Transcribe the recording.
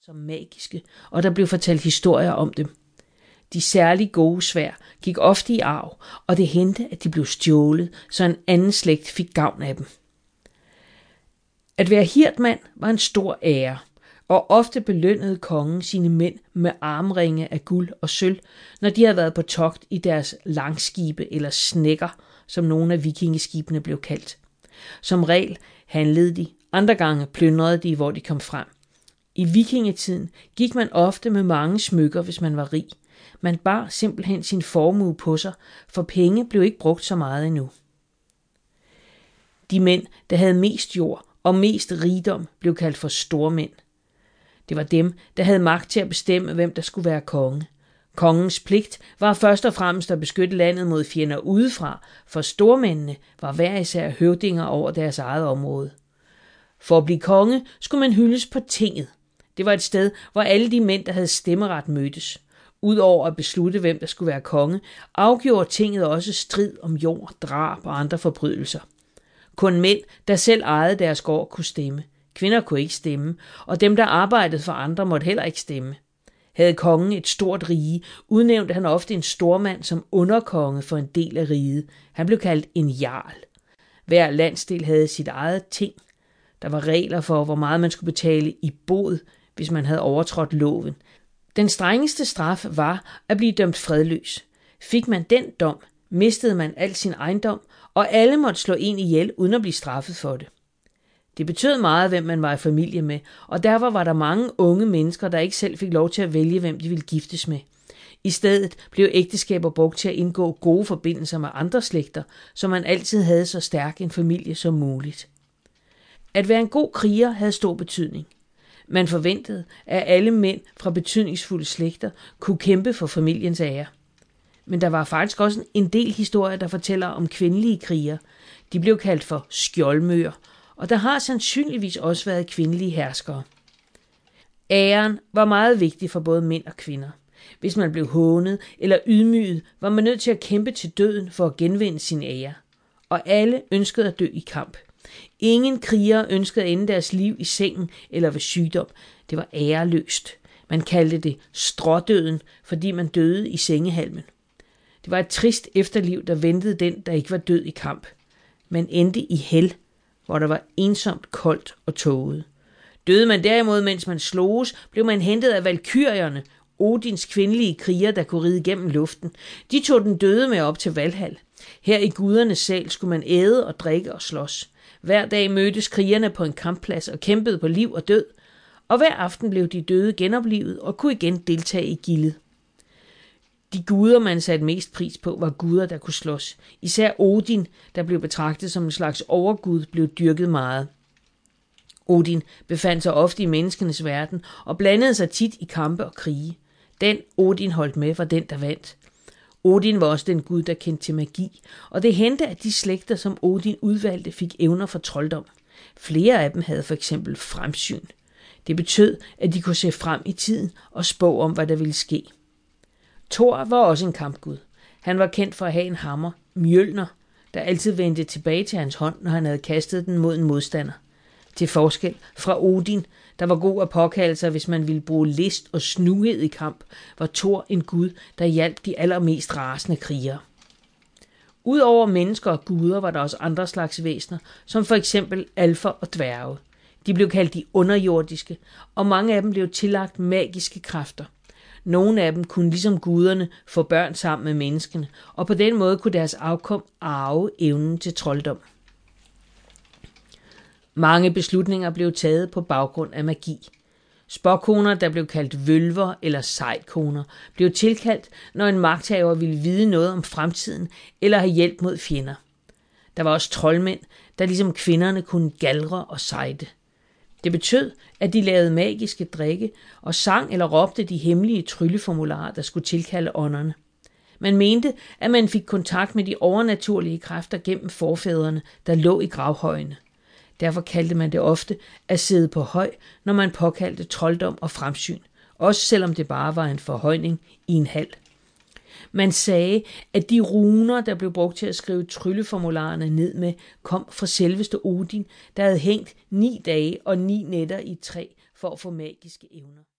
som magiske, og der blev fortalt historier om dem. De særlig gode sværd gik ofte i arv, og det hændte, at de blev stjålet, så en anden slægt fik gavn af dem. At være hirdmand var en stor ære, og ofte belønnede kongen sine mænd med armringe af guld og sølv, når de havde været på togt i deres langskibe eller snækker, som nogle af vikingeskibene blev kaldt. Som regel handlede de, andre gange plyndrede de, hvor de kom frem. I vikingetiden gik man ofte med mange smykker, hvis man var rig. Man bar simpelthen sin formue på sig, for penge blev ikke brugt så meget endnu. De mænd, der havde mest jord og mest rigdom, blev kaldt for stormænd. Det var dem, der havde magt til at bestemme, hvem der skulle være konge. Kongens pligt var først og fremmest at beskytte landet mod fjender udefra, for stormændene var hver især høvdinger over deres eget område. For at blive konge skulle man hyldes på tinget. Det var et sted, hvor alle de mænd, der havde stemmeret, mødtes. Udover at beslutte, hvem der skulle være konge, afgjorde tinget også strid om jord, drab og andre forbrydelser. Kun mænd, der selv ejede deres gård, kunne stemme. Kvinder kunne ikke stemme, og dem, der arbejdede for andre, måtte heller ikke stemme. Havde kongen et stort rige, udnævnte han ofte en stormand som underkonge for en del af riget. Han blev kaldt en jarl. Hver landsdel havde sit eget ting. Der var regler for, hvor meget man skulle betale i bod, hvis man havde overtrådt loven. Den strengeste straf var at blive dømt fredløs. Fik man den dom, mistede man al sin ejendom, og alle måtte slå en ihjel uden at blive straffet for det. Det betød meget, hvem man var i familie med, og derfor var der mange unge mennesker, der ikke selv fik lov til at vælge, hvem de ville giftes med. I stedet blev ægteskaber brugt til at indgå gode forbindelser med andre slægter, så man altid havde så stærk en familie som muligt. At være en god kriger havde stor betydning. Man forventede, at alle mænd fra betydningsfulde slægter kunne kæmpe for familiens ære. Men der var faktisk også en del historier, der fortæller om kvindelige krigere. De blev kaldt for skjoldmøer, og der har sandsynligvis også været kvindelige herskere. Æren var meget vigtig for både mænd og kvinder. Hvis man blev hånet eller ydmyget, var man nødt til at kæmpe til døden for at genvinde sin ære. Og alle ønskede at dø i kamp. Ingen krigere ønskede at ende deres liv i sengen eller ved sygdom. Det var æreløst. Man kaldte det strådøden, fordi man døde i sengehalmen. Det var et trist efterliv, der ventede den, der ikke var død i kamp. Man endte i hel, hvor der var ensomt, koldt og tåget. Døde man derimod, mens man sloges, blev man hentet af valkyrierne, Odins kvindelige krigere, der kunne ride gennem luften. De tog den døde med op til Valhall. Her i gudernes sal skulle man æde og drikke og slås. Hver dag mødtes krigerne på en kampplads og kæmpede på liv og død, og hver aften blev de døde genoplivet og kunne igen deltage i gildet. De guder, man satte mest pris på, var guder, der kunne slås. Især Odin, der blev betragtet som en slags overgud, blev dyrket meget. Odin befandt sig ofte i menneskenes verden og blandede sig tit i kampe og krige. Den Odin holdt med, var den, der vandt. Odin var også den gud, der kendte til magi, og det hændte, at de slægter, som Odin udvalgte, fik evner for trolddom. Flere af dem havde for eksempel fremsyn. Det betød, at de kunne se frem i tiden og spå om, hvad der ville ske. Thor var også en kampgud. Han var kendt for at have en hammer, Mjølner, der altid vendte tilbage til hans hånd, når han havde kastet den mod en modstander. Til forskel fra Odin, der var god at påkalde sig, hvis man ville bruge list og snuhed i kamp, var Thor en gud, der hjalp de allermest rasende krigere. Udover mennesker og guder var der også andre slags væsener, som for eksempel alfer og dværge. De blev kaldt de underjordiske, og mange af dem blev tillagt magiske kræfter. Nogle af dem kunne ligesom guderne få børn sammen med menneskene, og på den måde kunne deres afkom arve evnen til trolddom. Mange beslutninger blev taget på baggrund af magi. Spåkoner, der blev kaldt vølver eller sejdkoner, blev tilkaldt, når en magthaver ville vide noget om fremtiden eller have hjælp mod fjender. Der var også troldmænd, der ligesom kvinderne kunne galdre og sejde. Det betød, at de lavede magiske drikke og sang eller råbte de hemmelige trylleformularer, der skulle tilkalde ånderne. Man mente, at man fik kontakt med de overnaturlige kræfter gennem forfædrene, der lå i gravhøjene. Derfor kaldte man det ofte at sidde på høj, når man påkaldte trolddom og fremsyn, også selvom det bare var en forhøjning i en hal. Man sagde, at de runer, der blev brugt til at skrive trylleformularerne ned med, kom fra selveste Odin, der havde hængt 9 dage og 9 nætter i et træ for at få magiske evner.